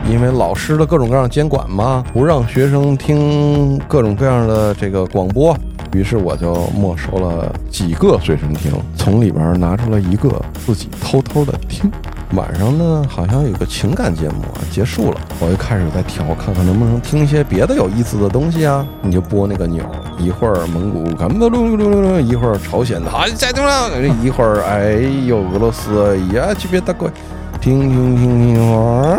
因为老师的各种各样的监管嘛，不让学生听各种各样的这个广播，于是我就没收了几个随身听，从里边拿出了一个自己偷偷的听。晚上呢，好像有个情感节目结束了，我就开始在调，看看能不能听一些别的有意思的东西啊。你就拨那个钮，一会儿蒙古一会儿朝鲜的，好，再听了，一会儿哎呦俄罗斯呀，去别大鬼，听听听听。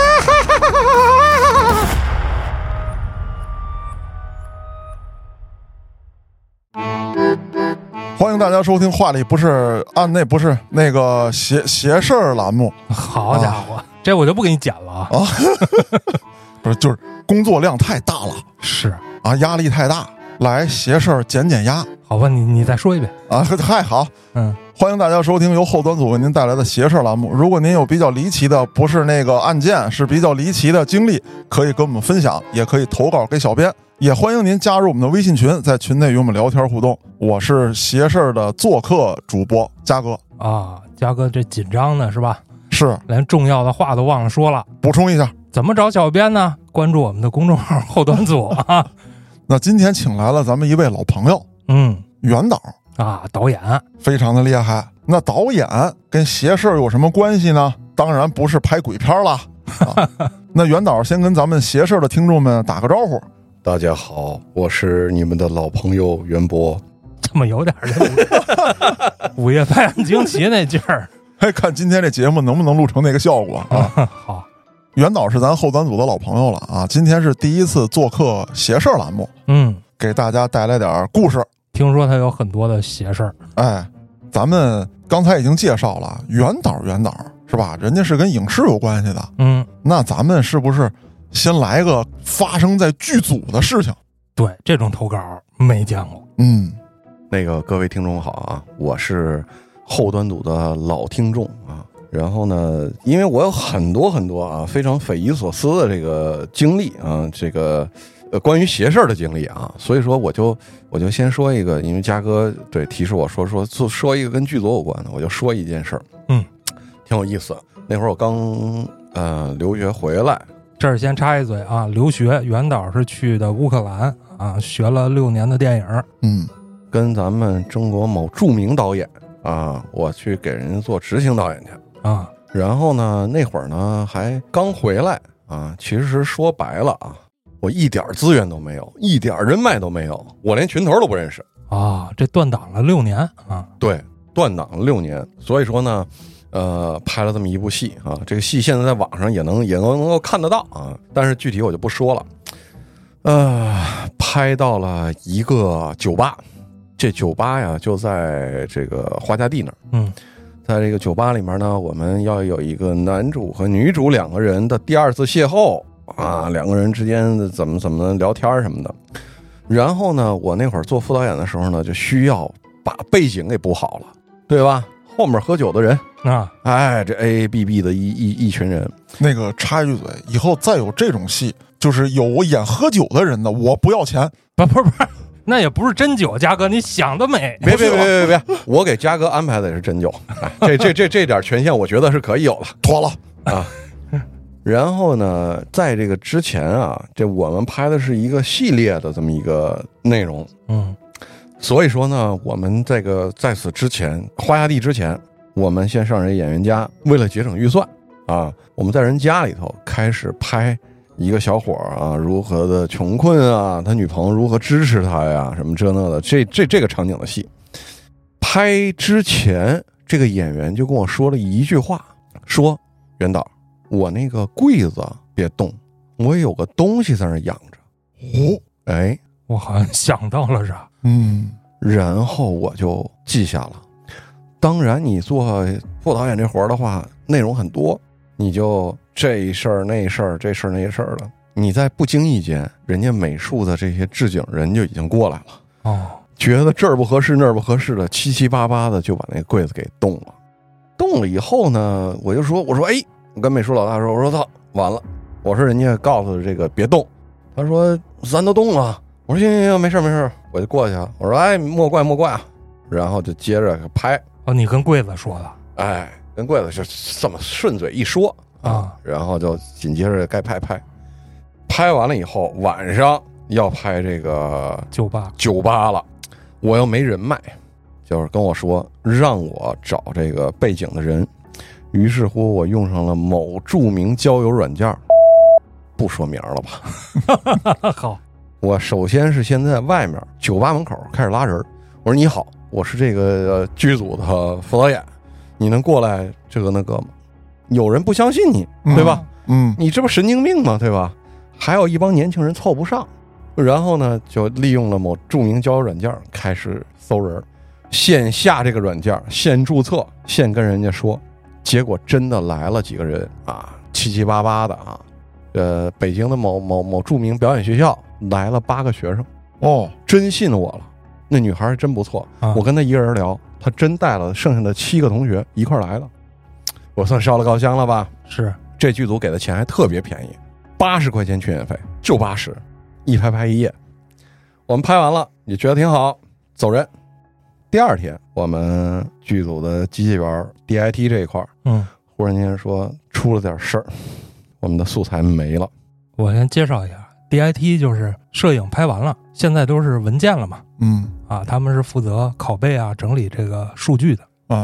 欢迎大家收听话里不是那不是那个邪事儿栏目。 好家伙，这我就不给你剪了啊！ 不是，就是工作量太大了， 是啊，压力太大，来邪事儿减压。 好吧，你再说一遍啊，太好，欢迎大家收听由后端组为您带来的邪事儿栏目。如果您有比较离奇的，不是那个案件，是比较离奇的经历，可以跟我们分享，也可以投稿给小编。也欢迎您加入我们的微信群，在群内与我们聊天互动。我是邪事儿的做客主播嘉哥啊，嘉哥这紧张呢是吧？ 是， 连重要的话都忘了说了。 补充一下， 怎么找小编呢？关注我们的公众号后端组啊。 那今天请来了咱们一位老朋友，袁导啊，导演非常的厉害。那导演跟邪事儿有什么关系呢？当然不是拍鬼片了。那袁导先跟咱们邪事儿的听众们打个招呼。 大家好，我是你们的老朋友袁博。 这么有点午夜拍案惊奇那劲儿。 看今天这节目能不能录成那个效果啊？ 好， 袁导是咱后端组的老朋友了啊，今天是第一次做客邪事儿栏目，给大家带来点故事。 听说他有很多的邪事儿。 哎，咱们刚才已经介绍了袁导是吧？人家是跟影视有关系的。那咱们是不是先来个发生在剧组的事情？ 对，这种投稿没见过。 那个各位听众好啊，我是后端组的老听众啊。然后呢，因为我有很多啊非常匪夷所思的这个经历啊，这个关于邪事儿的经历啊，所以说我就先说一个，因为嘉哥对提示我说一个跟剧组有关的，我就说一件事儿，挺有意思。那会儿我刚留学回来。 这儿先插一嘴啊，留学袁导是去的乌克兰啊，学了6年的电影。 跟咱们中国某著名导演啊，我去给人家做执行导演去啊。 然后呢，那会儿呢还刚回来啊，其实说白了啊，我一点资源都没有，一点人脉都没有，我连群头都不认识啊。这断档了6年啊。 对，断档了6年，所以说呢。拍了这么一部戏啊，这个戏现在在网上也能够看得到啊，但是具体我就不说了。拍到了一个酒吧，这酒吧呀就在这个花家地那儿。在这个酒吧里面呢，我们要有一个男主和女主2个人的第2次邂逅啊，2个人之间怎么聊天什么的。然后呢，我那会儿做副导演的时候呢，就需要把背景给补好了，对吧？后面喝酒的人啊， 哎，这 AABB 的一群人。 那个插一句嘴，以后再有这种戏，就是有我演喝酒的人的，我不要钱。 不是，那也不是真酒，嘉哥，你想得美。 别，我给嘉哥安排的也是真酒。这点权限，我觉得是可以有了， 妥了啊。然后呢，在这个之前啊，这我们拍的是一个系列的这么一个内容。所以说呢，我们这个在此之前，花家地之前，我们先上人演员家，为了节省预算啊，我们在人家里头开始拍一个小伙啊如何的穷困啊，他女朋友如何支持他呀，什么这那的，这个场景的戏。拍之前，这个演员就跟我说了一句话，说袁导，我那个柜子别动，我有个东西在那养着。哎， 我好像想到了啥。 然后我就记下了。当然你做副导演这活的话，内容很多，你就这事儿那事儿，这事儿那事儿的，你在不经意间，人家美术的这些置景人就已经过来了。觉得这儿不合适那儿不合适的，七七八八的就把那柜子给动了。动了以后呢，我说哎，我跟美术老大说，我说操，完了，我说人家告诉这个别动，他说咱都动了。我说行，没事，我就过去了。我说哎，莫怪啊，然后就接着拍。 你跟柜子说的？ 哎，跟柜子就这么顺嘴一说啊，然后就紧接着该拍，拍完了以后晚上要拍这个酒吧了，我又没人脉，就是跟我说让我找这个背景的人，于是乎我用上了某著名交友软件，不说名了吧。 好， 我首先是先在外面酒吧门口开始拉人，我说你好，我是这个剧组的副导演，你能过来这个那个吗？有人不相信你，对吧？你这不神经病吗？对吧？还有一帮年轻人凑不上，然后呢，就利用了某著名交友软件开始搜人，线下这个软件现注册，现跟人家说，结果真的来了几个人啊，七七八八的啊，北京的某著名表演学校来了8个学生，哦，真信我了，那女孩真不错，我跟她一个人聊，她真带了剩下的7个同学一块来了，我算烧了高香了吧？ 是， 这剧组给的钱还特别便宜，80块钱群演费，就80，一拍1夜。我们拍完了也觉得挺好，走人。第2天，我们剧组的机器员 DIT 这一块，忽然间说出了点事儿，我们的素材没了。 我先介绍一下 ，DIT 就是摄影拍完了，现在都是文件了嘛，他们是负责拷贝啊、整理这个数据的。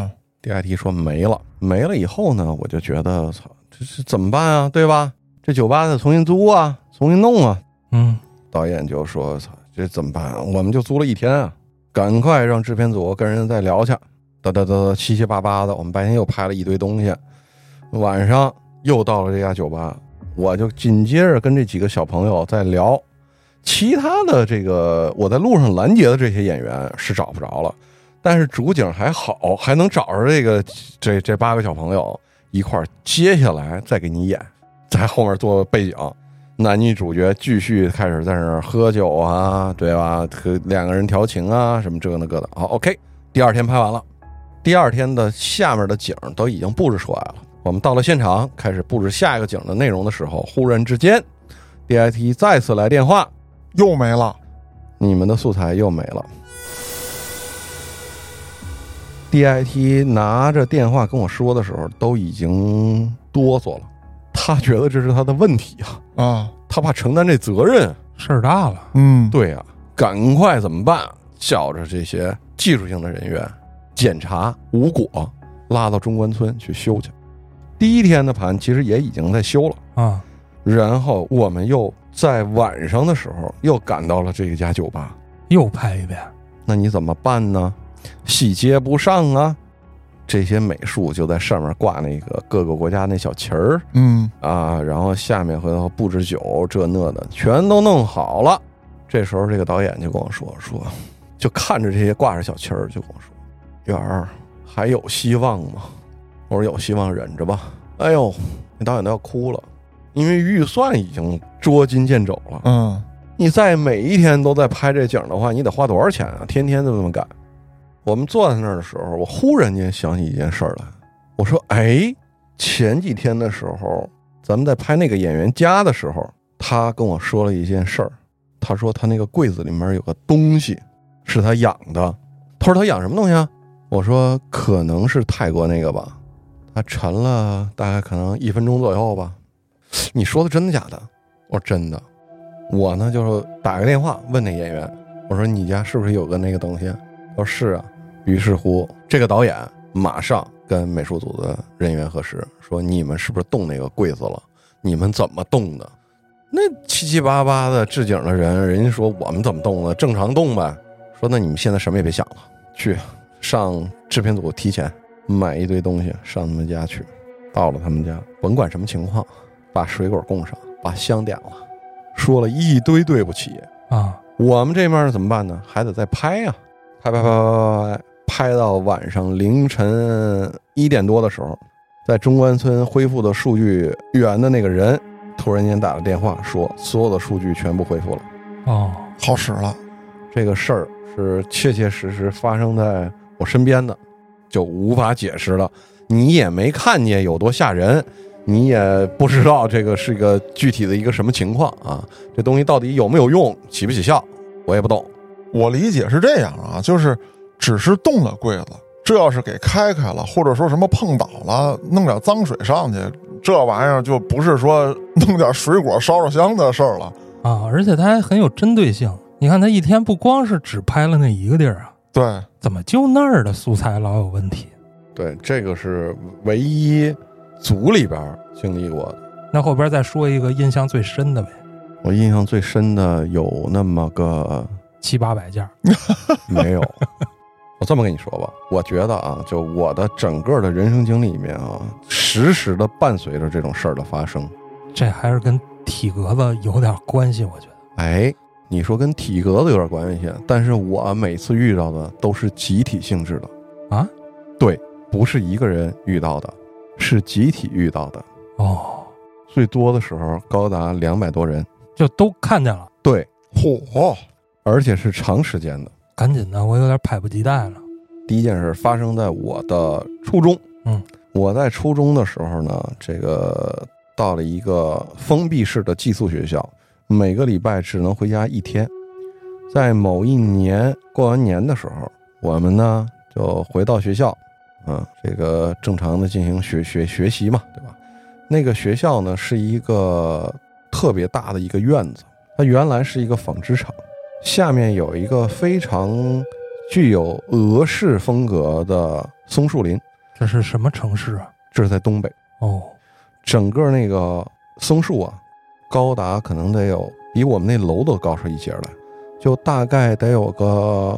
DIT 说没了以后呢，我就觉得操，这是怎么办啊？对吧？这酒吧得重新租啊，重新弄啊。导演就说操，这怎么办啊？我们就租了1天啊，赶快让制片组跟人再聊去，七七八八的。我们白天又拍了一堆东西，晚上又到了这家酒吧，我就紧接着跟这几个小朋友在聊。其他的这个我在路上拦截的这些演员是找不着了，但是主景还好，还能找着这8个小朋友一块儿，接下来再给你演，在后面做背景，男女主角继续开始在那儿喝酒啊，对吧？和2个人调情啊，什么这个那个的。好 ，OK， 第2天拍完了，第2天的下面的景都已经布置出来了。我们到了现场，开始布置下一个景的内容的时候，忽然之间 ，DIT 再次来电话， 又没了， 你们的素材又没了。DIT 拿着电话跟我说的时候，都已经哆嗦了。他觉得这是他的问题啊，他怕承担这责任， 事儿大了。 对啊，赶快怎么办？叫着这些技术性的人员检查无果，拉到中关村去修去。第1天的盘其实也已经在修了啊，然后我们又在晚上的时候又赶到了这一家酒吧， 又拍一遍。 那你怎么办呢？戏接不上啊，这些美术就在上面挂那个各个国家那小旗儿，然后下面回头布置酒这那的全都弄好了。这时候这个导演就跟我说，就看着这些挂着小旗儿，就跟我说：“元儿，还有希望吗？”我说：“有希望，忍着吧。”哎呦，那导演都要哭了，因为预算已经捉襟见肘了。你再每一天都在拍这景的话，你得花多少钱啊？天天都这么干。我们坐在那儿的时候，我忽然间想起一件事儿来。我说：“哎，前几天的时候，咱们在拍那个演员家的时候，他跟我说了一件事儿。他说他那个柜子里面有个东西是他养的。他说他养什么东西啊？我说可能是泰国那个吧。他沉了大概可能1分钟左右吧。你说的真的假的？我说真的。我呢就是打个电话问那演员，我说你家是不是有个那个东西？他说是啊。于是乎，这个导演马上跟美术组的人员核实，说你们是不是动那个柜子了？你们怎么动的？那七七八八的置景的人家说我们怎么动的？正常动呗。说那你们现在什么也别想了，去上制片组提前买一堆东西上他们家去。到了他们家，甭管什么情况，把水果供上，把香点了，说了一堆对不起啊。我们这面怎么办呢？还得再拍呀，拍到晚上凌晨1点多的时候，在中关村恢复的数据源的那个人突然间打了电话，说所有的数据全部恢复了。 好使了。 这个事儿是切切实实发生在我身边的，就无法解释了。你也没看见有多吓人，你也不知道这个是个具体的一个什么情况啊？这东西到底有没有用，起不起效，我也不懂。 我理解是这样啊，就是只是动了柜子，这要是给开了，或者说什么碰倒了，弄点脏水上去， 这玩意儿就不是说弄点水果烧烧香的事儿了啊！而且它还很有针对性。你看，他一天不光是只拍了那一个地儿啊， 对， 怎么就那儿的素材老有问题？ 对，这个是唯一组里边经历过的。 那后边再说一个印象最深的呗。 我印象最深的有那么个 700-800件， 没有。我这么跟你说吧，我觉得啊，就我的整个的人生经历里面啊，时时的伴随着这种事儿的发生。 这还是跟体格子有点关系，我觉得。 哎，你说跟体格子有点关系，但是我每次遇到的都是集体性质的啊。 对，不是一个人遇到的，是集体遇到的。 哦， 最多的时候高达200多人， 就都看见了。 对， 嚯， 而且是长时间的。 赶紧的，我有点迫不及待了。 第一件事发生在我的初中。我在初中的时候呢，这个到了一个封闭式的寄宿学校，每个礼拜只能回家1天。在某一年过完年的时候，我们呢就回到学校，这个正常的进行学习嘛，对吧？那个学校呢是一个特别大的一个院子，它原来是一个纺织厂，下面有一个非常具有俄式风格的松树林。 这是什么城市啊？ 这是在东北。 哦，整个那个松树啊，高达可能得有比我们那楼都高上一截来，就大概得有个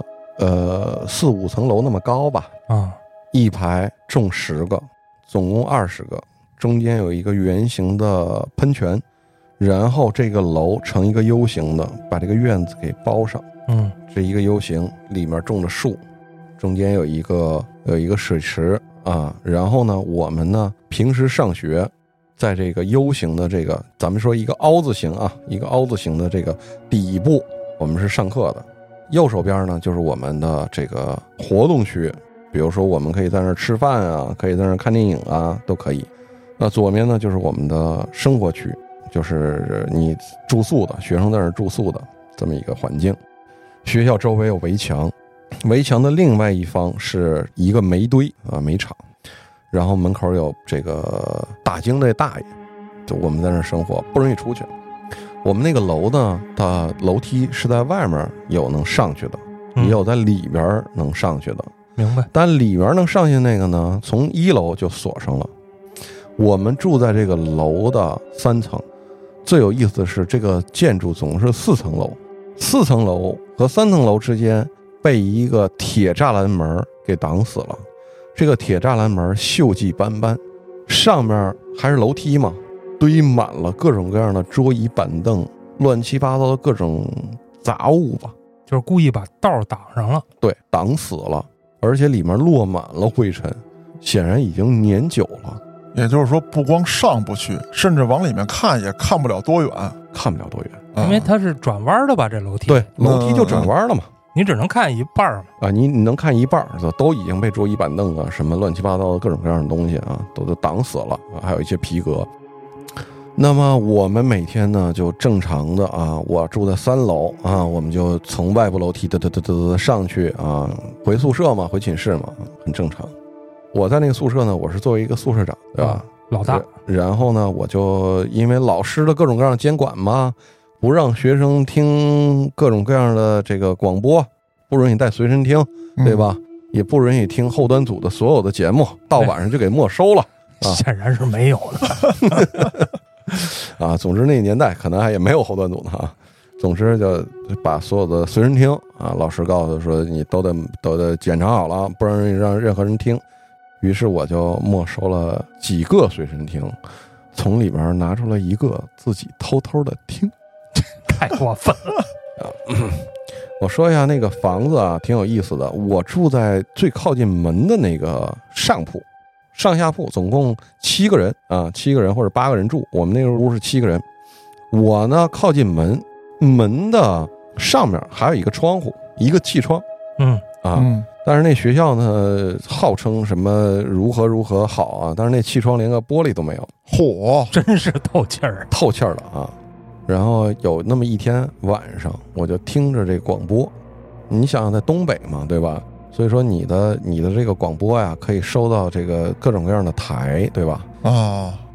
4-5层楼那么高吧。一排种10个，总共20个，中间有一个圆形的喷泉，然后这个楼成一个 U 型的，把这个院子给包上。这一个 U 型里面种着树，中间有一个水池啊。然后呢，我们呢平时上学，在这个 U 型的这个，咱们说一个凹字形啊，一个凹字形的这个底部，我们是上课的。右手边呢就是我们的这个活动区，比如说我们可以在那儿吃饭啊，可以在那儿看电影啊，都可以。那左边呢就是我们的生活区，就是你住宿的学生在那儿住宿的这么一个环境。学校周围有围墙，围墙的另外一方是一个煤堆啊，煤厂，然后门口有这个打更的大爷，就我们在那儿生活不容易出去。我们那个楼呢，它楼梯是在外面有能上去的，也有在里边能上去的。 明白。 但里边能上去那个呢，从1楼就锁上了。我们住在这个楼的3层，最有意思的是这个建筑总是4层楼，4层楼和3层楼之间被一个铁栅栏门给挡死了。这个铁栅栏门锈迹斑斑，上面还是楼梯嘛，堆满了各种各样的桌椅板凳，乱七八糟的各种杂物吧， 就是故意把道挡上了。 对，挡死了，而且里面落满了灰尘，显然已经年久了。 也就是说，不光上不去，甚至往里面看也看不了多远， 因为它是转弯的吧？这楼梯对，楼梯就转弯了嘛， 你只能看一半嘛。 啊，你能看一半，都已经被桌椅板凳啊，什么乱七八糟的各种各样的东西啊，都挡死了啊，还有一些皮革。那么我们每天呢，就正常的啊，我住在3楼啊，我们就从外部楼梯上去啊，回宿舍嘛，回寝室嘛，很正常。我在那个宿舍呢，我是作为一个宿舍长，对吧？ 老大。 然后呢，我就因为老师的各种各样的监管嘛，不让学生听各种各样的这个广播，不允许带随身听，对吧？也不允许听后端组的所有的节目，到晚上就给没收了。 显然是没有的。 啊，总之那年代可能还也没有后端组呢啊。总之就把所有的随身听啊，老师告诉说你都得检查好了，不让任何人听。于是我就没收了几个随身听，从里边拿出来一个自己偷偷的听。 太过分了。 我说一下那个房子啊，挺有意思的。我住在最靠近门的那个上铺，上下铺总共7个人啊，7个人或者8个人住。我们那个屋是7个人。我呢靠近门的上面还有一个窗户，一个气窗。但是那学校呢，号称什么如何好啊，但是那气窗连个玻璃都没有。 嚯， 真是透气儿的啊！然后有那么一天晚上，我就听着这广播。你想想在东北嘛，对吧？所以说你的这个广播呀，可以收到这个各种各样的台，对吧？ 啊，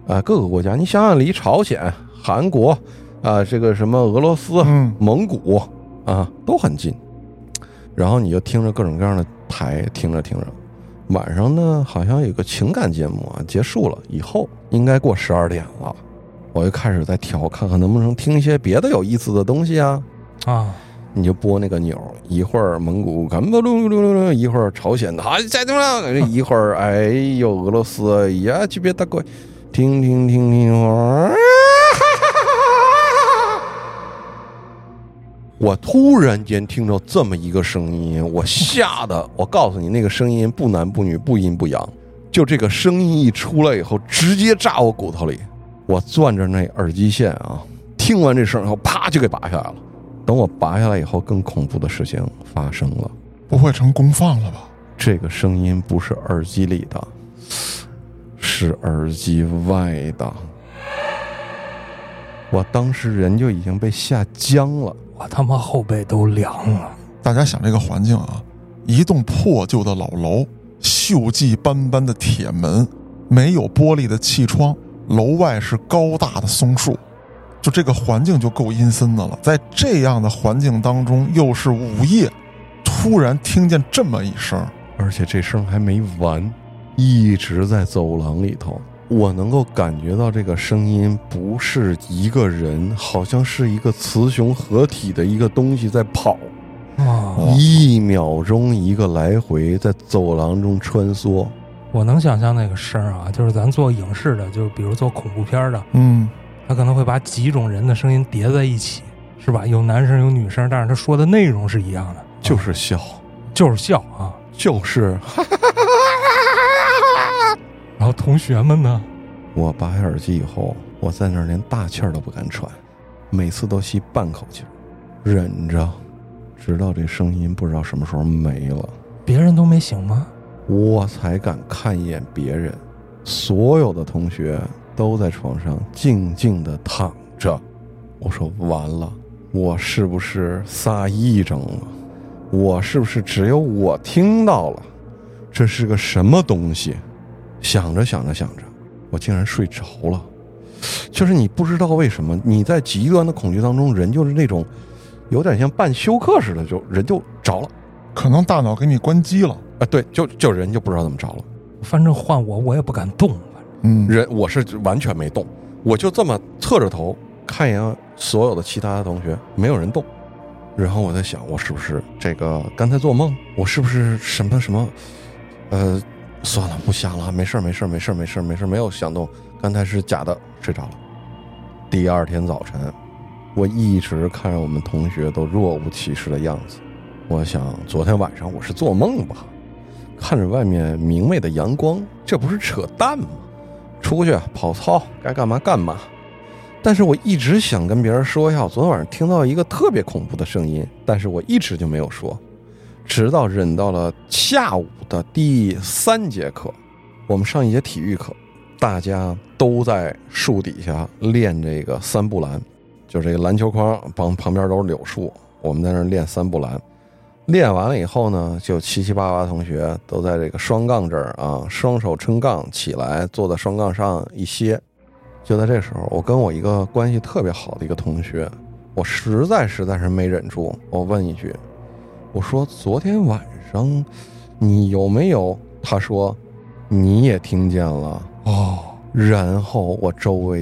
各个国家，你想想，离朝鲜、韩国这个什么俄罗斯、蒙古都很近。然后你就听着各种各样的台，听着，晚上呢好像有个情感节目结束了以后，应该过12点了，我就开始在挑，看看能不能听一些别的有意思的东西啊。你就拨那个钮，一会儿蒙古一会儿朝鲜的，好，再听了，一会儿俄罗斯呀，这边大哥，听，我突然间听到这么一个声音，我吓得，我告诉你，那个声音不男不女，不阴不阳，就这个声音一出来以后，直接扎我骨头里。我攥着那耳机线听完这声以后，啪就给拔下来了。等我拔下来以后，更恐怖的事情发生了。 不会成公放了吧？ 这个声音不是耳机里的，是耳机外的。我当时人就已经被吓僵了， 我他妈后背都凉了。 大家想这个环境一栋破旧的老楼，锈迹斑斑的铁门，没有玻璃的气窗，楼外是高大的松树，就这个环境就够阴森的了。在这样的环境当中，又是午夜，突然听见这么一声， 而且这声还没完，一直在走廊里头。我能够感觉到这个声音不是一个人，好像是一个雌雄合体的一个东西在跑，1秒钟一个来回，在走廊中穿梭。 我能想象那个声就是咱做影视的，就比如做恐怖片的，他可能会把几种人的声音叠在一起，是吧？有男生有女生，但是他说的内容是一样的， 就是笑， 就是然后同学们呢？ 我拔下耳机以后，我在那儿连大气儿都不敢喘，每次都吸半口气儿，忍着，直到这声音不知道什么时候没了。 别人都没醒吗？ 我才敢看一眼别人，所有的同学都在床上静静地躺着。我说完了，我是不是撒癔症了？我是不是只有我听到了？这是个什么东西？想着，我竟然睡着了。就是你不知道为什么，你在极端的恐惧当中，人就是那种有点像半休克似的，人就着了， 可能大脑给你关机了对，就人就不知道怎么着了。 反正换我也不敢动。 人我是完全没动，我就这么侧着头看一眼所有的其他的同学，没有人动。然后我在想，我是不是这个刚才做梦？我是不是什么算了，不想了，没事，没有想动，刚才是假的，睡着了。第二天早晨，我一直看着我们同学都若无其事的样子，我想昨天晚上我是做梦吧？看着外面明媚的阳光，这不是扯淡吗？出去跑操，该干嘛干嘛。但是我一直想跟别人说一下，我昨天晚上听到一个特别恐怖的声音，但是我一直就没有说，直到忍到了下午的第3节课，我们上一节体育课，大家都在树底下练这个3步篮，就这个篮球框旁边都是柳树，我们在那练3步篮。练完了以后呢，就7、8、8同学都在这个双杠这儿双手撑杠起来，坐在双杠上一歇。就在这时候，我跟我一个关系特别好的一个同学，我实在是没忍住，我问一句，我说昨天晚上你有没有？他说你也听见了然后我周围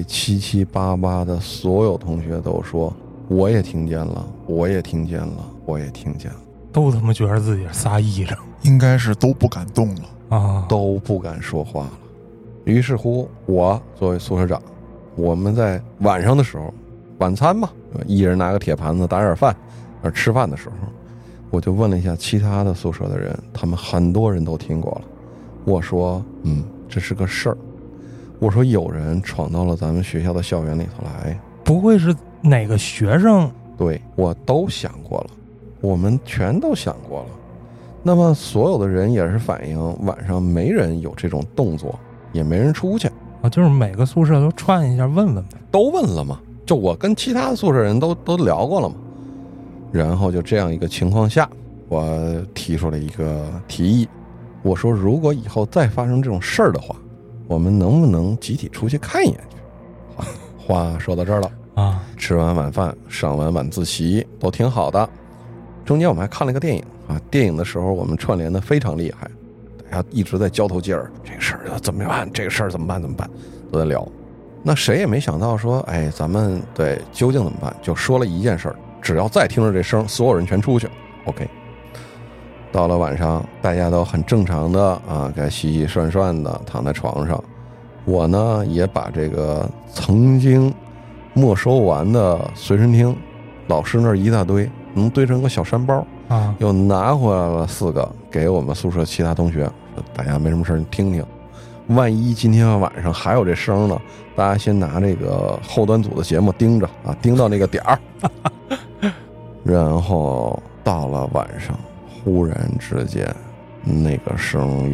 7、8、8的所有同学都说我也听见了，我也听见了，我也听见了， 都他妈觉得自己是撒癔症， 应该是都不敢动了都不敢说话了。于是乎，我作为宿舍长，我们在晚上的时候，晚餐嘛，一人拿个铁盘子打点饭，吃饭的时候，我就问了一下其他的宿舍的人，他们很多人都听过了。我说这是个事儿，我说有人闯到了咱们学校的校园里头来， 不会是哪个学生？ 对，我都想过了，我们全都想过了。那么所有的人也是反映晚上没人有这种动作，也没人出去就是每个宿舍都串一下问问呗。 都问了嘛，就我跟其他的宿舍人都聊过了嘛。然后就这样一个情况下，我提出了一个提议，我说如果以后再发生这种事儿的话， 我们能不能集体出去看一眼去？好，话说到这儿了啊，吃完晚饭，上完晚自习，都挺好的。中间我们还看了个电影啊，电影的时候我们串联的非常厉害，大家一直在交头接耳，这个事儿怎么办？这个事儿怎么办？都在聊。那谁也没想到说，哎，咱们对究竟怎么办？就说了一件事儿，只要再听着这声，所有人全出去。OK。到了晚上，大家都很正常的啊，该洗洗涮涮的躺在床上。我呢也把这个曾经没收完的随身听，老师那儿一大堆，能堆成个小山包啊，又拿回来了4个，给我们宿舍其他同学，大家没什么事听听。万一今天晚上还有这声呢，大家先拿这个后端组的节目盯着啊，盯到那个点儿。然后到了晚上。忽然之间，那个声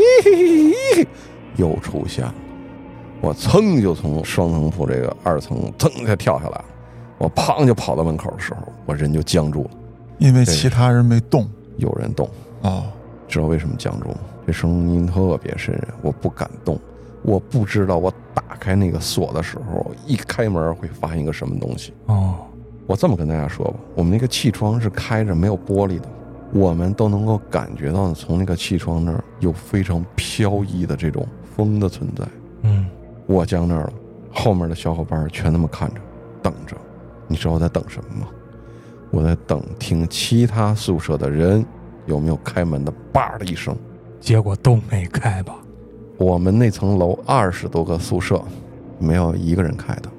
又出现了，我噌就从双层铺这个2层噌就跳下来了，我砰就跑到门口的时候，我人就僵住了， 因为其他人没动， 有人动哦， 知道为什么僵住吗？这声音特别瘆人，我不敢动，我不知道我打开那个锁的时候，一开门会发现一个什么东西哦。我这么跟大家说吧，我们那个气窗是开着没有玻璃的。我们都能够感觉到从那个气窗那儿有非常飘逸的这种风的存在。我僵那儿了，后面的小伙伴全那么看着等着。你知道我在等什么吗？我在等听其他宿舍的人有没有开门的叭的一声， 结果都没开吧。 我们那层楼20多个宿舍没有一个人开的。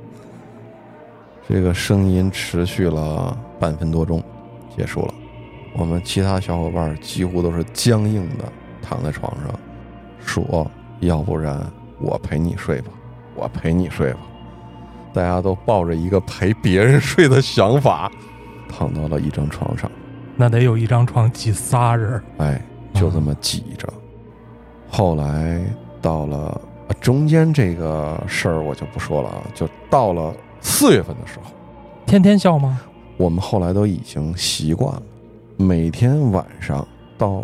这个声音持续了半分多钟，结束了。我们其他小伙伴几乎都是僵硬的躺在床上，说要不然我陪你睡吧，我陪你睡吧。大家都抱着一个陪别人睡的想法，躺到了一张床上。 那得有一张床挤仨人， 哎，就这么挤着。后来到了中间这个事儿我就不说了啊，就到了4月份的时候。 天天笑吗？ 我们后来都已经习惯了，每天晚上到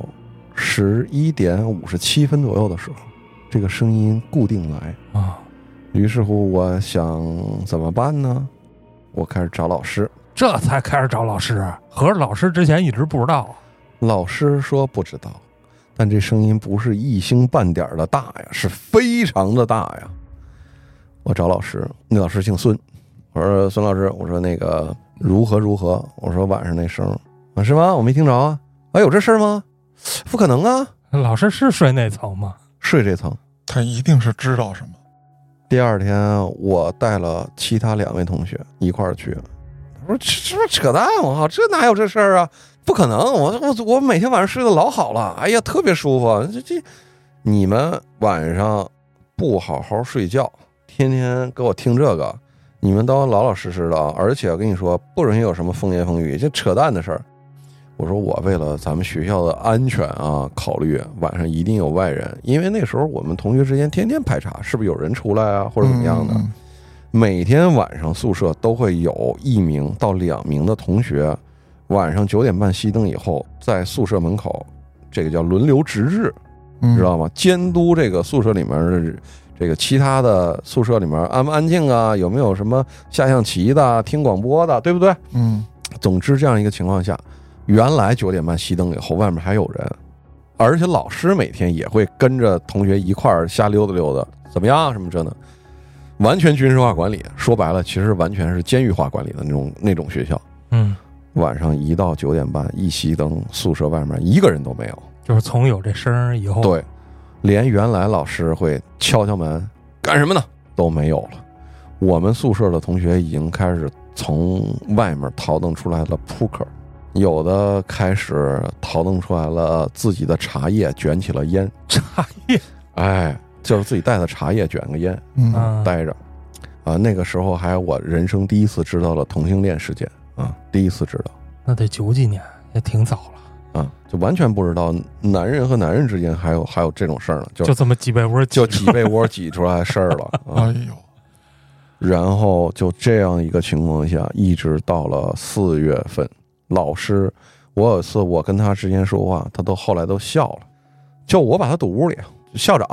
11点57分左右的时候，这个声音固定来啊。于是乎我想怎么办呢？我开始找老师。 这才开始找老师，合着老师之前一直不知道。 老师说不知道，但这声音不是一星半点的大呀，是非常的大呀。我找老师，那老师姓孙，我说孙老师，我说那个如何，我说晚上那声是吗？我没听着啊。有这事吗？不可能啊。 老师是睡那层吗？ 睡这层。 他一定是知道什么。 第二天我带了其他2位同学一块儿去，我说这扯淡，我靠，这哪有这事儿啊？不可能，我每天晚上睡得老好了，哎呀，特别舒服。这你们晚上不好好睡觉，天天给我听这个，你们都老老实实的，而且我跟你说，不允许有什么风言风语，这扯淡的事儿。我说我为了咱们学校的安全啊考虑，晚上一定有外人，因为那时候我们同学之间天天排查，是不是有人出来啊，或者怎么样的。每天晚上宿舍都会有1名到2名的同学，晚上9点半熄灯以后，在宿舍门口，这个叫轮流值日，知道吗？监督这个宿舍里面的这个其他的宿舍里面安不安静啊，有没有什么下象棋的、听广播的，对不对？总之这样一个情况下。原来9点半熄灯以后，外面还有人，而且老师每天也会跟着同学一块儿瞎溜达溜达，怎么样？什么这呢？完全军事化管理，说白了，其实完全是监狱化管理的那种学校。晚上一到9点半一熄灯，宿舍外面一个人都没有， 就是从有这声以后， 对，连原来老师会敲敲门干什么呢都没有了。我们宿舍的同学已经开始从外面逃腾出来了扑克。有的开始逃腾出来了自己的茶叶，卷起了烟。 茶叶， 哎，就是自己带的茶叶卷个烟，带着。那个时候还有我人生第一次知道了同性恋事件啊，第一次知道。 那得90几年，也挺早了啊，就完全不知道男人和男人之间还有这种事儿呢， 就这么挤被窝， 就挤被窝挤出来事儿了。 哎呦！ 然后就这样一个情况下，一直到了4月份。老师，我有一次我跟他之间说话，他后来都笑了，就我把他堵屋里，校长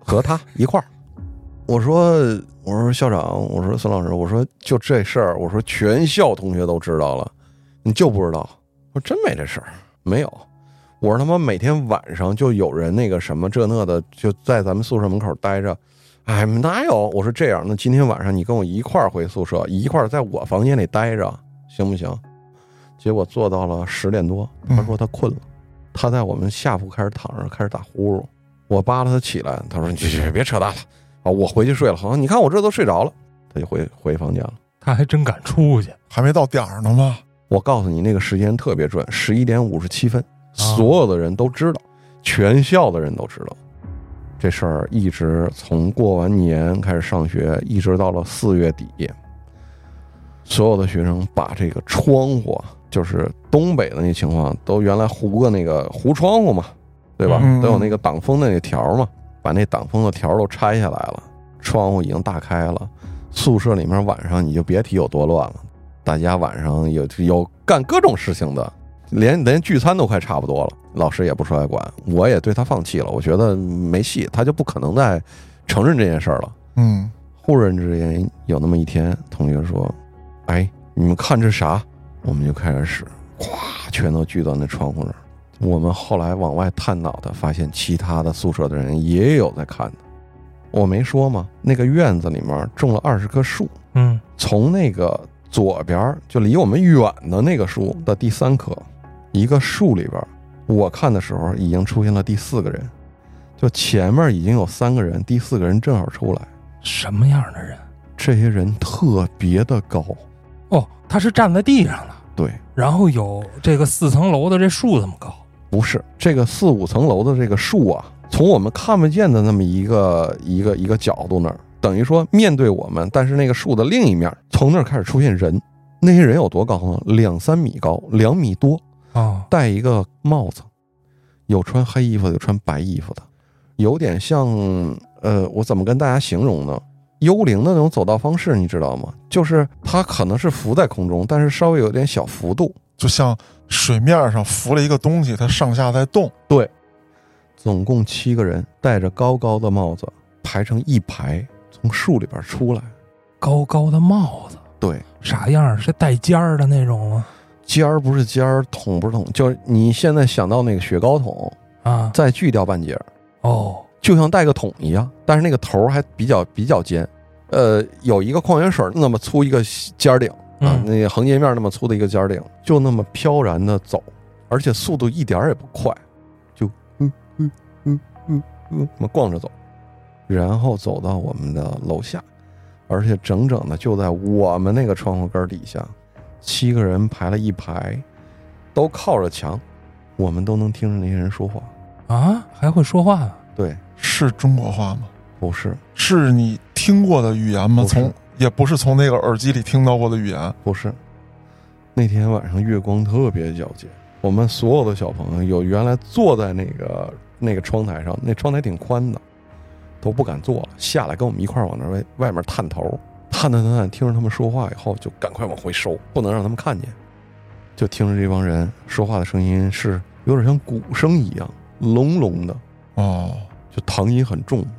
和他一块儿。我说校长，我说孙老师，我说就这事儿，我说全校同学都知道了，你就不知道？我说真没这事儿，没有。我说他妈每天晚上就有人那个什么这那的，就在咱们宿舍门口待着。哎，哪有？我说这样，那今天晚上你跟我一块儿回宿舍，一块儿在我房间里待着，行不行？结果做到了10点多，他说他困了，他在我们下铺开始躺着，开始打呼噜。我扒拉他起来，他说：“你别扯淡了啊，我回去睡了。”好，你看我这都睡着了，他就回房间了。 他还真敢出去， 还没到点儿呢吗？ 我告诉你，那个时间特别准，11点57分，所有的人都知道，全校的人都知道。这事儿一直从过完年开始上学，一直到了4月底，所有的学生把这个窗户，就是东北的那情况，都原来糊个那个糊窗户嘛，对吧？都有那个挡风的那个条嘛，把那挡风的条都拆下来了，窗户已经大开了。宿舍里面晚上你就别提有多乱了，大家晚上有干各种事情的，连聚餐都快差不多了，老师也不出来管，我也对他放弃了，我觉得没戏，他就不可能再承认这件事了。忽然之间有那么一天，同学说：“哎，你们看这啥？”我们就开始咵，全都聚到那窗户那儿。我们后来往外探脑的，发现其他的宿舍的人也有在看的。我没说吗？那个院子里面种了20棵树，从那个左边就离我们远的那个树的第3棵，一个树里边，我看的时候已经出现了第4个人，就前面已经有3个人，第4个人正好出来。 什么样的人？ 这些人特别的高。 哦，他是站在地上的。 对， 然后有这个4层楼的这树这么高？ 不是，这个4、5层楼的这个树啊，从我们看不见的那么一个角度那儿，等于说面对我们，但是那个树的另一面，从那儿开始出现人。那些人有多高呢？2、3米高，2米多啊，戴一个帽子，有穿黑衣服的，有穿白衣服的，有点像我怎么跟大家形容呢？幽灵的那种走道方式，你知道吗？就是它可能是浮在空中，但是稍微有点小幅度， 就像水面上浮了一个东西，它上下在动。 对，总共7个人，戴着高高的帽子，排成一排，从树里边出来。 高高的帽子， 对， 啥样？是带尖儿的那种吗？ 尖儿不是尖儿，筒不是筒，就是你现在想到那个雪糕筒啊，再锯掉半截儿。哦。就像带个桶一样，但是那个头还比较尖，有一个矿泉水那么粗一个尖顶啊，那个横截面那么粗的一个尖顶，就那么飘然的走，而且速度一点也不快，就那么逛着走，然后走到我们的楼下，而且整整的就在我们那个窗户根底下，7个人排了一排，都靠着墙，我们都能听着那些人说话啊，还会说话啊？ 对。 是中国话吗？ 不是。 是你听过的语言吗？也不是从那个耳机里听到过的语言。 不是。那天晚上月光特别皎洁，我们所有的小朋友有原来坐在那个窗台上，那窗台挺宽的，都不敢坐了，下来跟我们一块往那外面探头，探，听着他们说话以后就赶快往回收，不能让他们看见。就听着这帮人说话的声音是有点像鼓声一样，隆隆的哦。就唐音很重，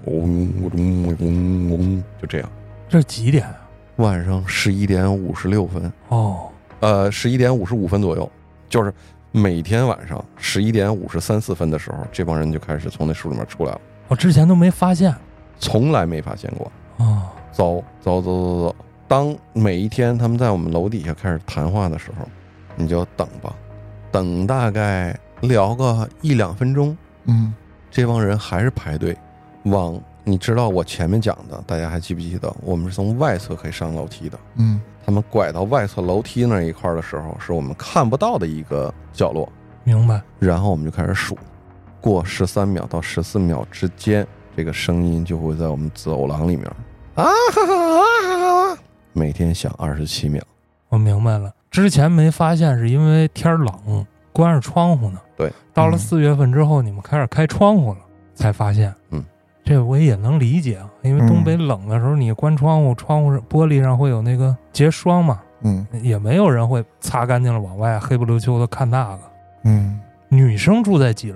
就这样。 这是几点啊？ 晚上11点56分。 哦 ，11点55分左右，就是每天晚上11点53、4分的时候，这帮人就开始从那树里面出来了。 我之前都没发现， 从来没发现过。 哦， 走，当每一天他们在我们楼底下开始谈话的时候，你就等吧，等大概聊个1、2分钟。这帮人还是排队往，你知道我前面讲的，大家还记不记得？我们是从外侧可以上楼梯的。他们拐到外侧楼梯那一块的时候，是我们看不到的一个角落。 明白。 然后我们就开始数，过13秒到14秒之间，这个声音就会在我们走廊里面啊哈哈，每天响27秒。 我明白了，之前没发现是因为天冷，关着窗户呢。 对， 到了4月份之后，你们开始开窗户了，才发现。这我也能理解啊，因为东北冷的时候，你关窗户，窗户玻璃上会有那个结霜嘛。也没有人会擦干净了往外黑不溜秋的看那个。女生住在几楼？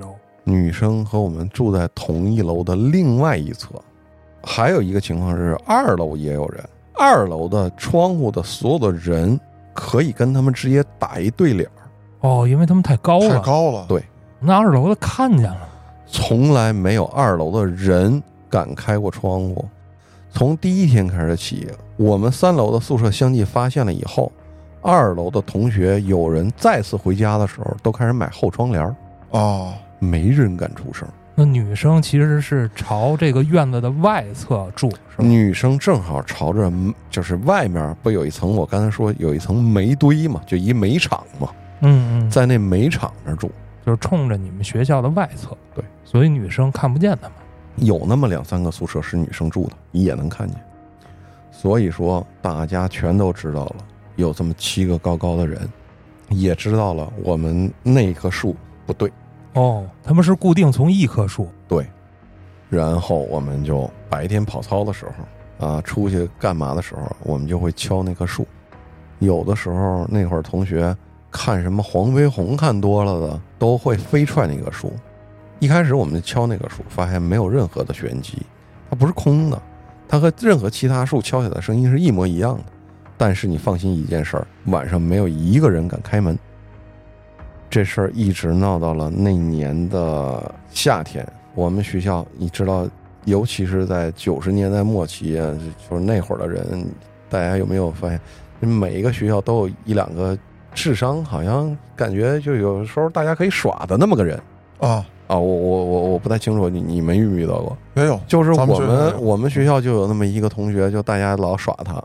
女生和我们住在同一楼的另外一侧。还有一个情况是2楼也有人，2楼的窗户的所有的人可以跟他们直接打一对脸。 哦，因为他们太高了。 太高了。 对， 那2楼的看见了。 从来没有2楼的人敢开过窗户。从第一天开始起，我们3楼的宿舍相继发现了以后，2楼的同学有人再次回家的时候都开始买后窗帘。 哦， 没人敢出声。 那女生其实是朝这个院子的外侧住，是吧？ 女生正好朝着，就是外面不有一层，我刚才说有一层煤堆嘛，就一煤场嘛。在那煤场那住， 就是冲着你们学校的外侧。 对， 所以女生看不见他们。 有那么2-3个宿舍是女生住的，也能看见。所以说大家全都知道了，有这么7个高高的人，也知道了我们那棵树不对。 哦，他们是固定从一棵树。 对，然后我们就白天跑操的时候啊，出去干嘛的时候，我们就会敲那棵树。有的时候那会儿同学看什么黄飞鸿看多了的，都会飞踹那棵树。一开始我们敲那棵树，发现没有任何的玄机，它不是空的，它和任何其他树敲起来的声音是一模一样的。但是你放心一件事儿，晚上没有一个人敢开门。这事儿一直闹到了那年的夏天。我们学校你知道，尤其是在90年代末期啊，就是那会儿的人，大家有没有发现，每一个学校都有1-2个智商好像感觉就有时候大家可以耍的那么个人啊。 我不太清楚，你们遇没遇到过？ 没有， 就是我们学校就有那么一个同学，就大家老耍他，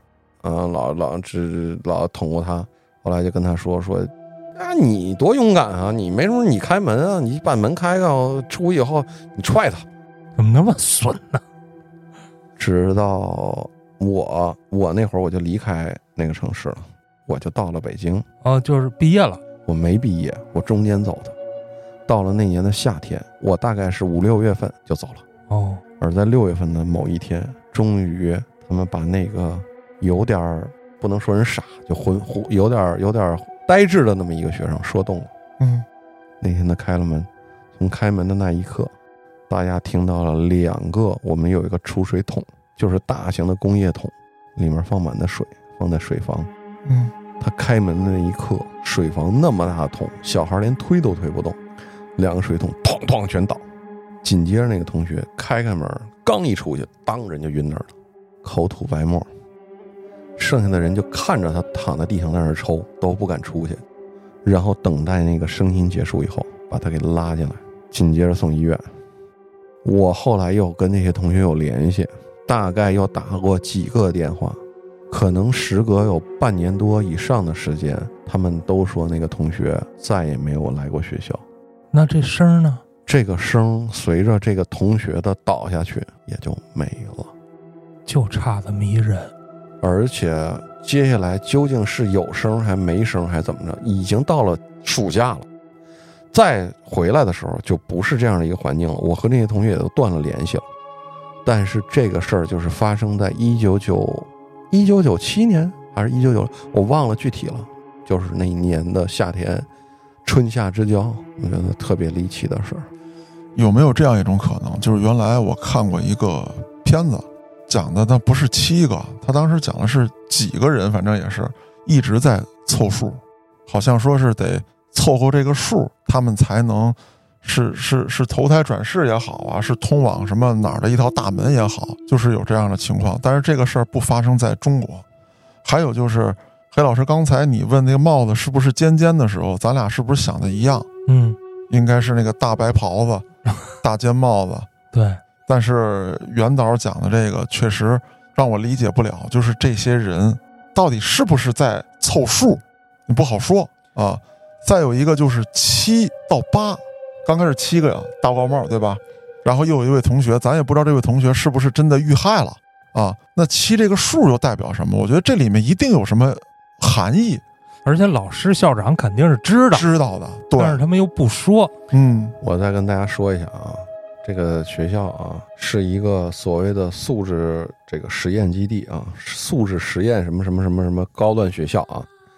老捅过他。后来就跟他说啊，你多勇敢啊！你没准你开门啊，你把门开开，出去以后你踹他， 怎么那么损呢？ 直到我那会儿我就离开那个城市了，我就到了北京。 哦，就是毕业了。 我没毕业，我中间走的。到了那年的夏天，我大概是5-6月份就走了。 哦， 而在6月份的某一天，终于他们把那个有点不能说人傻，就有点呆滞的那么一个学生说动了。那天他开了门，从开门的那一刻，大家听到了2个，我们有一个储水桶，就是大型的工业桶，里面放满的水，放在水房。他开门的那一刻，水房那么大的桶，小孩连推都推不动，2个水桶哐哐全倒。紧接着那个同学开门，刚一出去，当人就晕那儿了，口吐白沫。剩下的人就看着他躺在地上在那儿抽，都不敢出去，然后等待那个声音结束以后，把他给拉进来，紧接着送医院。我后来又跟那些同学有联系，大概又打过几个电话，可能时隔有半年多以上的时间，他们都说那个同学再也没有来过学校。 那这声呢？ 这个声随着这个同学的倒下去也就没了， 就差这么一人。 而且接下来究竟是有声还没声还怎么着，已经到了暑假了，再回来的时候就不是这样的一个环境了。我和那些同学也都断了联系了。但是这个事儿就是发生在1997年还是1996，我忘了具体了，就是那一年的夏天，春夏之交，我觉得特别离奇的事儿。 有没有这样一种可能，就是原来我看过一个片子，讲的那不是7个，他当时讲的是几个人，反正也是一直在凑数，好像说是得凑合这个数，他们才能是投胎转世也好啊，是通往什么哪儿的一条大门也好，就是有这样的情况。但是这个事儿不发生在中国。还有就是黑老师，刚才你问那个帽子是不是尖尖的时候，咱俩是不是想的一样？应该是那个大白袍子大尖帽子。 对， 但是袁导讲的这个确实让我理解不了，就是这些人到底是不是在凑数，你不好说啊。再有一个就是7到8，刚开始7个呀，大高帽对吧？然后又有一位同学，咱也不知道这位同学是不是真的遇害了啊。那7这个数又代表什么？我觉得这里面一定有什么含义， 而且老师校长肯定是知道的，对， 但是他们又不说。 我再跟大家说一下啊，这个学校啊是一个所谓的素质这个实验基地啊，素质实验什么高端学校啊。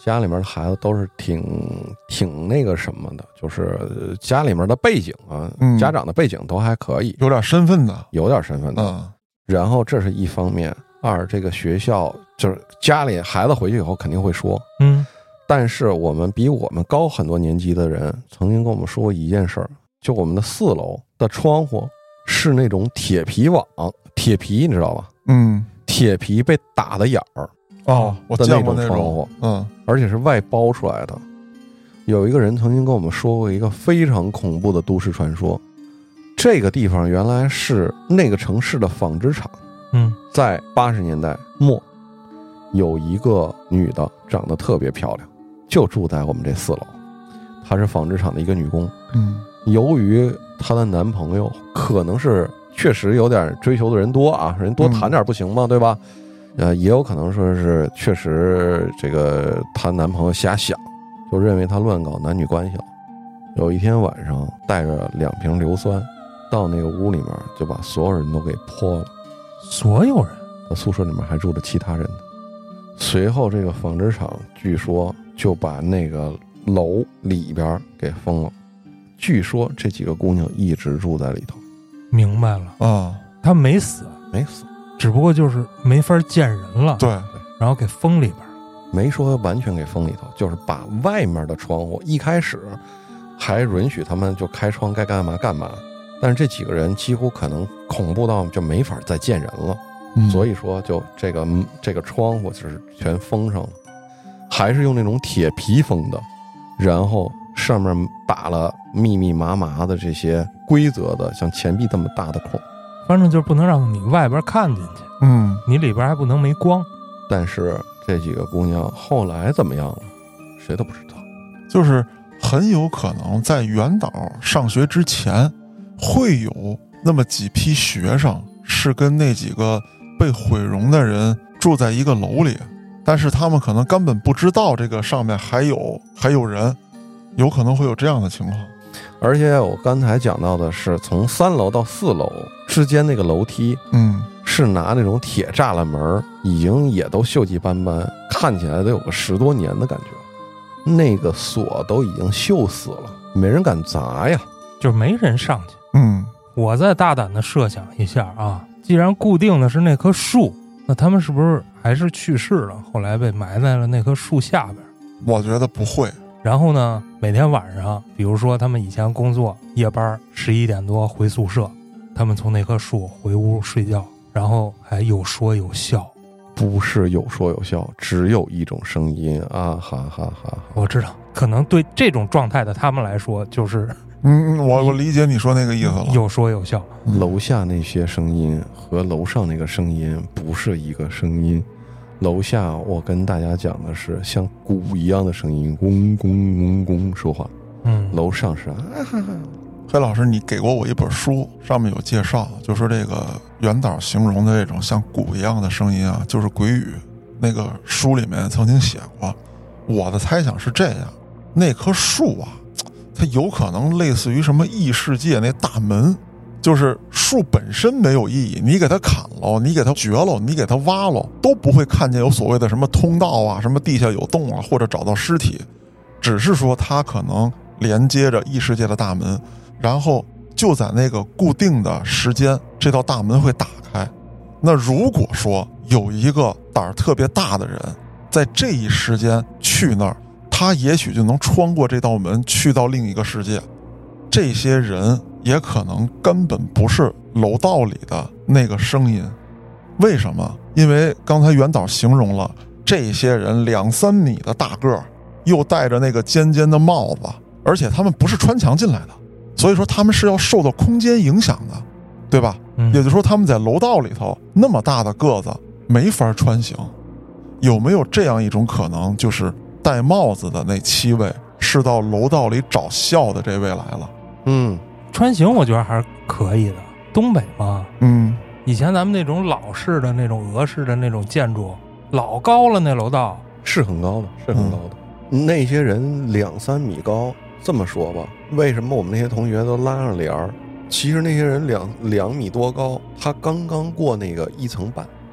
家里面的孩子都是挺那个什么的，就是家里面的背景啊，家长的背景都还可以， 有点身份的， 然后这是一方面，二这个学校就是家里孩子回去以后肯定会说，但是我们比我们高很多年级的人曾经跟我们说过一件事儿，就我们的4楼的窗户是那种铁皮网，铁皮你知道吧？铁皮被打的眼儿我见过那种窗户，而且是外包出来的。有一个人曾经跟我们说过一个非常恐怖的都市传说，这个地方原来是那个城市的纺织厂。在80年代末，有一个女的长得特别漂亮，就住在我们这4楼。她是纺织厂的一个女工。由于她的男朋友可能是确实有点追求的人多啊，人多谈点不行吗？对吧？也有可能说是确实这个她男朋友瞎想，就认为她乱搞男女关系了。有一天晚上带着2瓶硫酸到那个屋里面，就把所有人都给泼了。 所有人？ 宿舍里面还住着其他人呢。随后这个纺织厂据说就把那个楼里边给封了，据说这几个姑娘一直住在里头。 明白了她没死，只不过就是没法见人了。 对， 然后给封里边， 没说完全给封里头，就是把外面的窗户一开始还允许他们就开窗该干嘛干嘛，但是这几个人几乎可能恐怖到就没法再见人了。所以说就这个窗户就是全封上了，还是用那种铁皮封的，然后上面打了密密麻麻的这些规则的像钱币这么大的孔， 反正就是不能让你外边看进去，你里边还不能没光。 但是这几个姑娘后来怎么样了，谁都不知道。 就是很有可能在原岛上学之前，会有那么几批学生是跟那几个被毁容的人住在一个楼里，但是他们可能根本不知道这个上面还有人，有可能会有这样的情况。 而且我刚才讲到的是从3楼到4楼之间那个楼梯，是拿那种铁栅栏门，已经也都锈迹斑斑，看起来得有个10多年的感觉，那个锁都已经锈死了，没人敢砸呀， 就没人上去。我再大胆的设想一下啊，既然固定的是那棵树，那他们是不是还是去世了，后来被埋在了那棵树下边？ 我觉得不会。 然后呢，每天晚上比如说他们以前工作夜班11点多回宿舍，他们从那棵树回屋睡觉，然后还有说有笑。 不是有说有笑，只有一种声音啊哈哈哈。 我知道，可能对这种状态的他们来说就是我理解你说那个意思了， 有说有笑。 楼下那些声音和楼上那个声音不是一个声音，楼下我跟大家讲的是像鼓一样的声音，嗡嗡嗡嗡说话。楼上是黑老师，你给过我一本书，上面有介绍，就说这个原岛形容的这种像鼓一样的声音啊，就是鬼语。那个书里面曾经写过，我的猜想是这样，那棵树啊，它有可能类似于什么异世界那大门，就是树本身没有意义，你给它砍了，你给它掘了，你给它挖了，都不会看见有所谓的什么通道啊，什么地下有洞啊，或者找到尸体，只是说它可能连接着异世界的大门，然后就在那个固定的时间，这道大门会打开。那如果说有一个胆儿特别大的人在这一时间去那儿，他也许就能穿过这道门去到另一个世界。这些人也可能根本不是楼道里的那个声音。为什么？因为刚才袁导形容了这些人2-3米的大个儿，又戴着那个尖尖的帽子，而且他们不是穿墙进来的，所以说他们是要受到空间影响的，对吧？也就是说他们在楼道里头那么大的个子没法穿行。有没有这样一种可能，就是戴帽子的那7位是到楼道里找笑的这位来了？ 穿行我觉得还是可以的，东北嘛，以前咱们那种老式的那种俄式的那种建筑老高了，那楼道是很高的，是很高的。那些人2-3米高，这么说吧，为什么我们那些同学都拉上帘儿？其实那些人2米多高，他刚刚过那个1层半，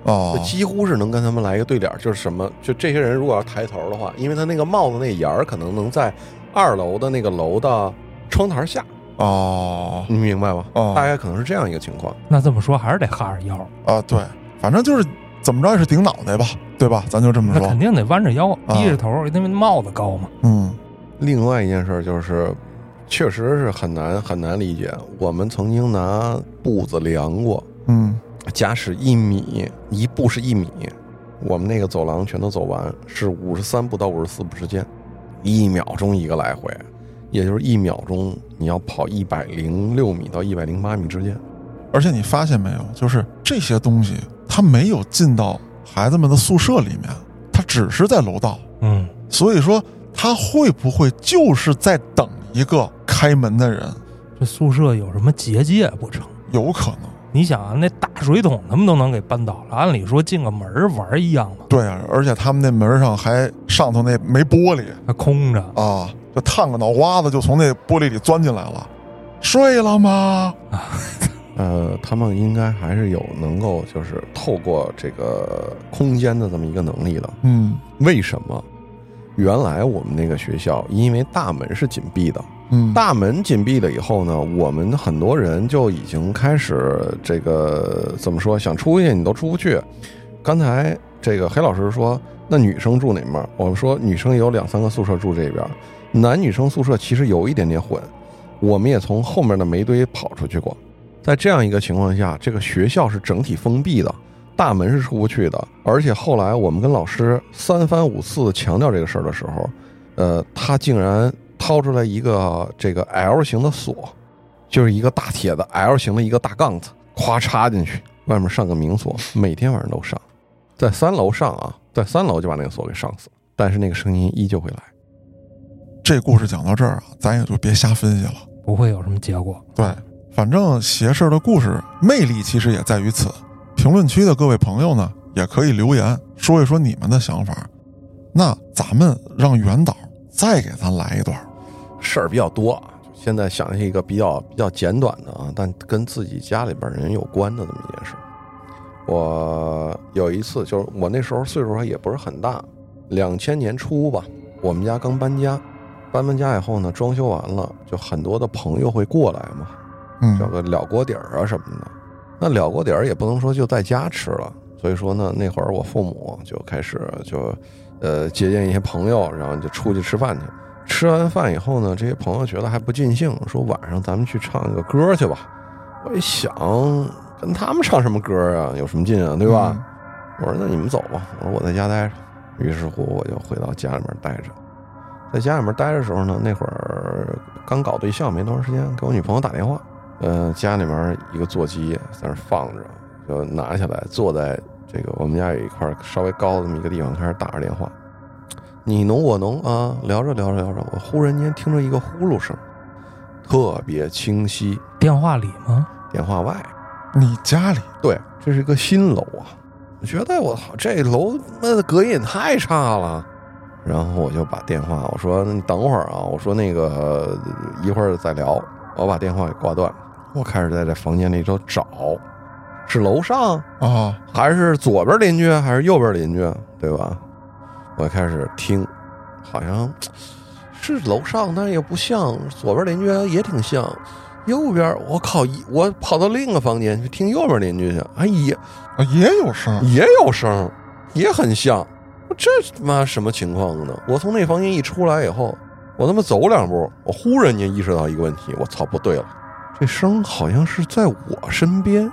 就几乎是能跟他们来一个对脸，就是什么，就这些人如果要抬头的话，因为他那个帽子那檐儿可能能在2楼的那个楼的窗台下。你明白吗？大概可能是这样一个情况。 那这么说还是得哈着腰啊？对，反正就是怎么着也是顶脑袋吧，对吧？咱就这么说。 那肯定得弯着腰，低着头，因为帽子高嘛。 另外一件事就是，确实是很难理解。我们曾经拿步子量过，假使1米，一步是1米，我们那个走廊全都走完是53步到54步之间，1秒钟一个来回。也就是1秒钟你要跑106米到108米之间。 而且你发现没有，就是这些东西它没有进到孩子们的宿舍里面，它只是在楼道。所以说他会不会就是在等一个开门的人？ 这宿舍有什么结界不成？ 有可能。 你想啊，那大水桶他们都能给搬倒了，按理说进个门玩一样嘛。 对啊，而且他们那门上还上头那没玻璃， 还空着啊，就探个脑瓜子就从那玻璃里钻进来了。睡了吗？ 他们应该还是有能够就是透过这个空间的这么一个能力的。为什么？原来我们那个学校因为大门是紧闭的，大门紧闭了以后呢，我们很多人就已经开始这个怎么说，想出去你都出不去。刚才这个黑老师说那女生住哪边，我们说女生也有2-3个宿舍住这边，男女生宿舍其实有一点点混，我们也从后面的煤堆跑出去过。在这样一个情况下，这个学校是整体封闭的，大门是出不去的。而且后来我们跟老师3番5次强调这个事儿的时候，他竟然掏出来一个这个 L 型的锁，就是一个大铁的 L 型的一个大杠子，咵插进去，外面上个明锁，每天晚上都上，在3楼上啊，在3楼就把那个锁给上死，但是那个声音依旧会来。 这故事讲到这儿啊，咱也就别瞎分析了， 不会有什么结果。 对，反正邪事的故事魅力其实也在于此。评论区的各位朋友呢，也可以留言说一说你们的想法。那咱们让袁导再给咱来一段。 事儿比较多，现在想一个比较简短的啊，但跟自己家里边人有关的这么一件事。我有一次，就是我那时候岁数还也不是很大，2000年初吧，我们家刚搬家，搬完家以后呢，装修完了，就很多的朋友会过来嘛，叫个了锅底儿啊什么的。那了锅底儿也不能说就在家吃了，所以说呢，那会儿我父母就开始就接见一些朋友，然后就出去吃饭去。吃完饭以后呢，这些朋友觉得还不尽兴，说晚上咱们去唱一个歌去吧。我一想，跟他们唱什么歌啊，有什么劲啊，对吧？我说那你们走吧，我说我在家待着。于是乎我就回到家里面待着。在家里面待着的时候呢，那会儿刚搞对象没多长时间，给我女朋友打电话，家里面一个座机在那放着，就拿下来，坐在这个我们家有一块稍微高的这么一个地方，开始打着电话，你侬我侬啊，聊着，我忽然间听着一个呼噜声，特别清晰。 电话里吗？ 电话外。 你家里？ 对，这是一个新楼啊。我觉得我操，这楼那隔音也太差了。然后我就把电话，我说你等会儿啊，我说那个一会儿再聊，我把电话给挂断。我开始在这房间里头找，是楼上啊，还是左边邻居，还是右边邻居，对吧？我开始听，好像是楼上，但是也不像，左边邻居也挺像，右边我靠，我跑到另一个房间去听右边邻居去，哎也有声， 也很像。这他妈什么情况呢？我从那房间一出来以后，我他妈走2步，我忽然间意识到一个问题，我操，不对了，这声好像是在我身边，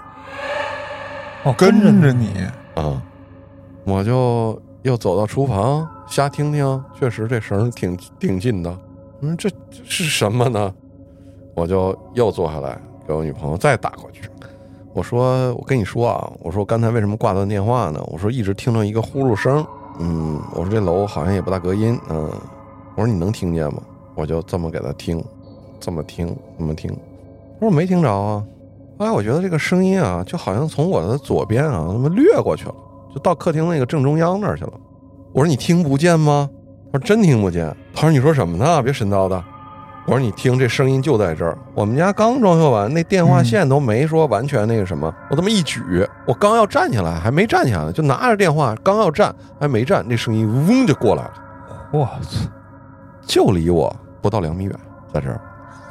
跟着你啊！我就又走到厨房瞎听听，确实这声挺近的。这是什么呢？我就又坐下来给我女朋友再打过去。我说我跟你说啊，我说刚才为什么挂断电话呢？我说一直听到一个呼噜声。我说这楼好像也不大隔音，我说你能听见吗？我就这么给他听，这么听。他说没听着啊。后来我觉得这个声音啊，就好像从我的左边啊，那么掠过去了，就到客厅那个正中央那儿去了。我说你听不见吗？他说真听不见。他说你说什么呢？别神叨的。 我说你听这声音就在这儿，我们家刚装修完，那电话线都没说完全那个什么，我这么一举，我刚要站起来，还没站起来，就拿着电话刚要站，还没站，那声音嗡就过来了， 我操， 就离我不到2米远，在这儿，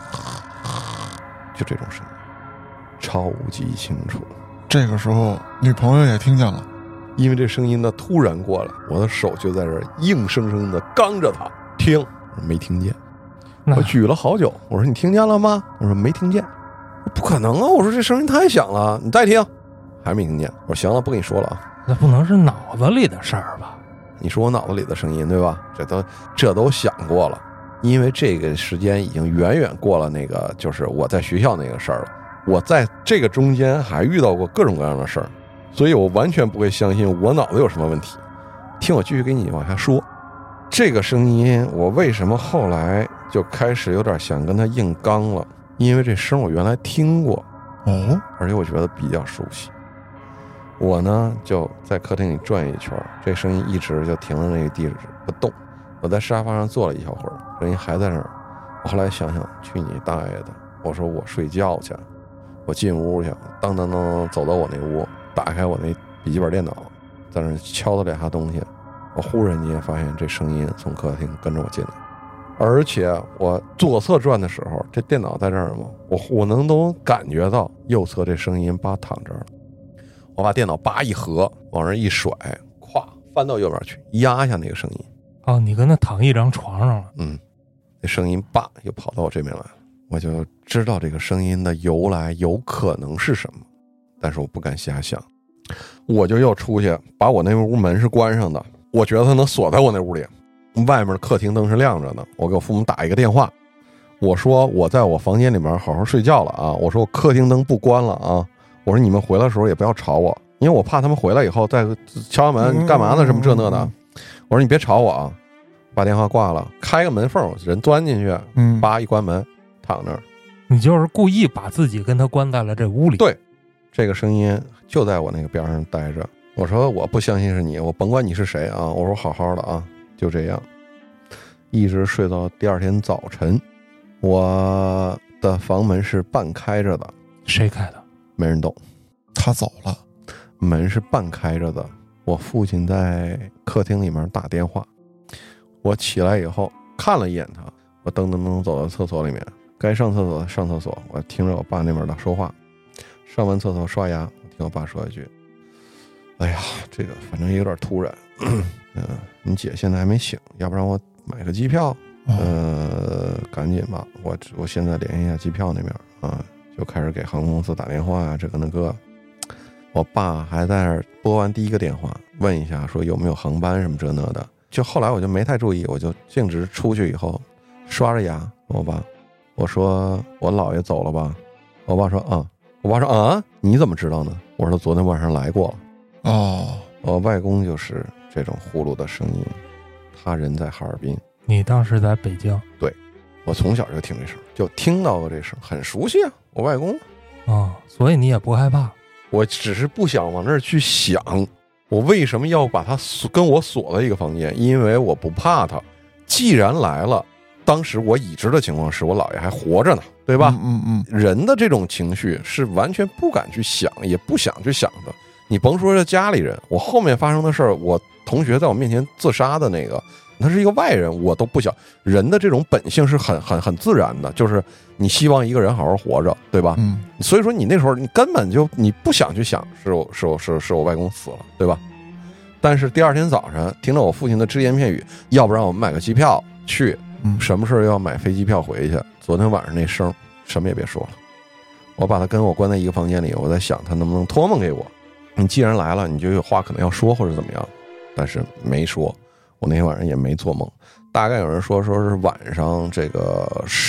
就这种声音，超级清楚。 这个时候女朋友也听见了， 因为这声音呢突然过来，我的手就在这儿硬生生的刚着它，听没听见。我举了好久，我说你听见了吗？我说没听见。不可能啊！我说这声音太响了，你再听，还没听见。我说行了，不跟你说了啊。 那不能是脑子里的事儿吧？ 你说我脑子里的声音对吧？这都想过了，因为这个时间已经远远过了那个就是我在学校那个事儿了。我在这个中间还遇到过各种各样的事儿，所以我完全不会相信我脑子有什么问题。听我继续给你往下说。这个声音我为什么后来就开始有点想跟他硬刚了，因为这声我原来听过哦， 而且我觉得比较熟悉。我呢就在客厅里转一圈，这声音一直就停在那个地址不动。我在沙发上坐了一小会儿，声音还在那儿。我后来想想，去你大爷的，我说我睡觉去，我进屋去，当当当走到我那屋，打开我那笔记本电脑，在那敲了2下东西。我忽然间发现这声音从客厅跟着我进来，而且我左侧转的时候，这电脑在这儿吗？我都感觉到右侧这声音叭躺这儿了。我把电脑叭一合，往这一甩，咵翻到右边去，压下那个声音。 哦，你跟他躺一张床上了。 那声音叭又跑到我这边来了，我就知道这个声音的由来有可能是什么，但是我不敢瞎想。我就又出去，把我那屋门是关上的。我觉得他能锁在我那屋里，外面的客厅灯是亮着的。我给我父母打一个电话，我说我在我房间里面好好睡觉了啊，我说我客厅灯不关了啊，我说你们回来的时候也不要吵我，因为我怕他们回来以后再敲门干嘛呢什么这那的。我说你别吵我啊，把电话挂了，开个门缝，人钻进去，叭一关门，躺那儿。 你就是故意把自己跟他关在了这屋里。 对，这个声音就在我那个边上待着。我说我不相信是你，我甭管你是谁啊，我说好好的啊，就这样，一直睡到第二天早晨。我的房门是半开着的。 谁开的？ 没人动。 他走了。 门是半开着的。我父亲在客厅里面打电话。我起来以后看了一眼他，我噔噔噔走到厕所里面，该上厕所上厕所，我听着我爸那边的说话。上完厕所刷牙，我听我爸说一句，哎呀，这个反正也有点突然，你姐现在还没醒，要不然我买个机票，赶紧吧，我现在联系一下机票那边啊，就开始给航空公司打电话啊，这个那个。我爸还在那儿拨完第一个电话，问一下说有没有航班什么这那的。就后来我就没太注意，我就径直出去以后，刷着牙，我爸，我说我姥爷走了吧？我爸说啊，我爸说啊，你怎么知道呢？我说昨天晚上来过了。 哦， 我外公就是这种呼噜的声音，他人在哈尔滨， 你当时在北京。 对，我从小就听这声，就听到过这声，很熟悉啊，我外公啊，所以你也不害怕。 我只是不想往那儿去想，我为什么要把他跟我锁在一个房间？因为我不怕他。既然来了，当时我已知的情况是我姥爷还活着呢，对吧？人的这种情绪是完全不敢去想，也不想去想的。你甭说是家里人，我后面发生的事儿，我同学在我面前自杀的那个，他是一个外人，我都不想。人的这种本性是很自然的，就是你希望一个人好好活着，对吧？所以说你那时候你根本就你不想去想是我外公死了，对吧？但是第二天早上听到我父亲的只言片语，要不然我们买个机票去，什么事要买飞机票回去。昨天晚上那声什么也别说了，我把他跟我关在一个房间里，我在想他能不能托梦给我。你既然来了，你就有话可能要说或者怎么样，但是没说。我那天晚上也没做梦，大概有人说是晚上这个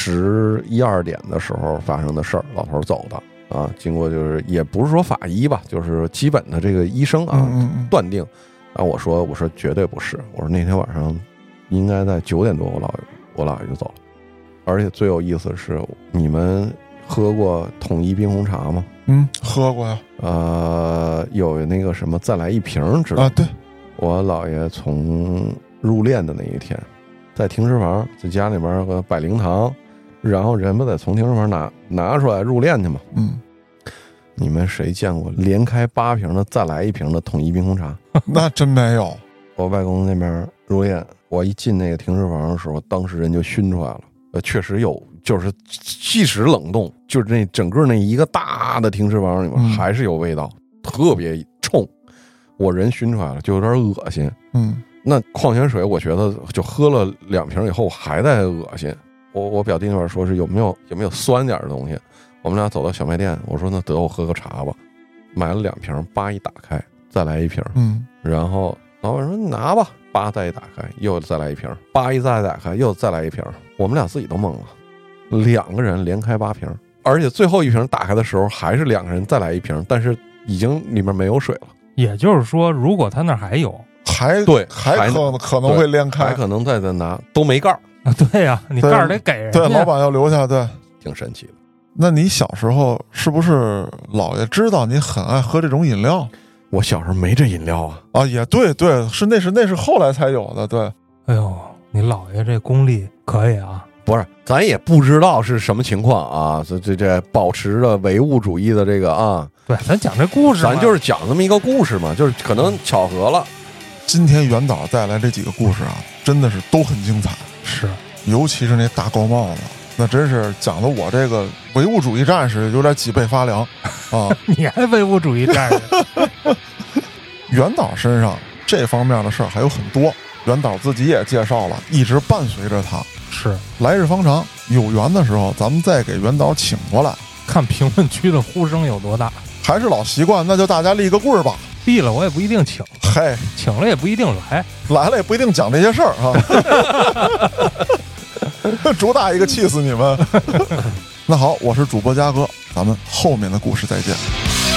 11、12点的时候发生的事儿，老头走的啊。经过就是也不是说法医吧，就是基本的这个医生啊断定。然后我说绝对不是，我说那天晚上应该在9点多我姥爷就走了。而且最有意思的是，你们喝过统一冰红茶吗？ 喝过呀。 有那个什么再来一瓶知道啊？对。 我姥爷从入殓的那一天，在停尸房，在家里边个摆灵堂， 然后人不得从停车房拿出来入殓去嘛。你们谁见过连开8瓶的再来1瓶的统一冰红茶？ 那真没有。 我外公那边入殓，我一进那个停车房的时候，当时人就熏出来了。确实有，就是即使冷冻，就是那整个那一个大的停车房里面还是有味道，特别冲。我人熏出来了，就有点恶心。那矿泉水我觉得就喝了2瓶以后还在恶心。我表弟那边说是有没有酸点的东西。我们俩走到小卖店，我说那得我喝个茶吧，买了2瓶，8一打开再来1瓶。然后老板说你拿吧，8再一打开又再来1瓶，8一再打开又再来1瓶。我们俩自己都懵了，2个人连开8瓶，而且最后1瓶打开的时候还是2个人再来1瓶，但是已经里面没有水了。 也就是说，如果他那还有， 还可能会连开， 还可能再拿，都没盖啊。对呀，你盖得给人， 对，老板要留下，对， 挺神奇的。 那你小时候是不是姥爷知道你很爱喝这种饮料？ 我小时候没这饮料啊，也对，那是后来才有的，对。 哎呦，你姥爷这功力可以啊！ 不是，咱也不知道是什么情况啊，这保持着唯物主义的这个啊。 对，咱讲这故事， 咱就是讲这么一个故事嘛，就是可能巧合了。 今天袁导带来这几个故事啊，真的是都很精彩， 是， 尤其是那大高帽子。那真是讲的我这个唯物主义战士有点脊背发凉啊！ 你还唯物主义战士？ 袁导身上这方面的事儿还有很多，袁导自己也介绍了，一直伴随着他。 是， 来日方长，有缘的时候咱们再给袁导请过来， 看评论区的呼声有多大。 还是老习惯，那就大家立个棍儿吧。 立了我也不一定请， 嘿， 请了也不一定来， 来了也不一定讲这些事儿啊。主打一个气死你们！那好，我是主播嘉哥，咱们后面的故事再见。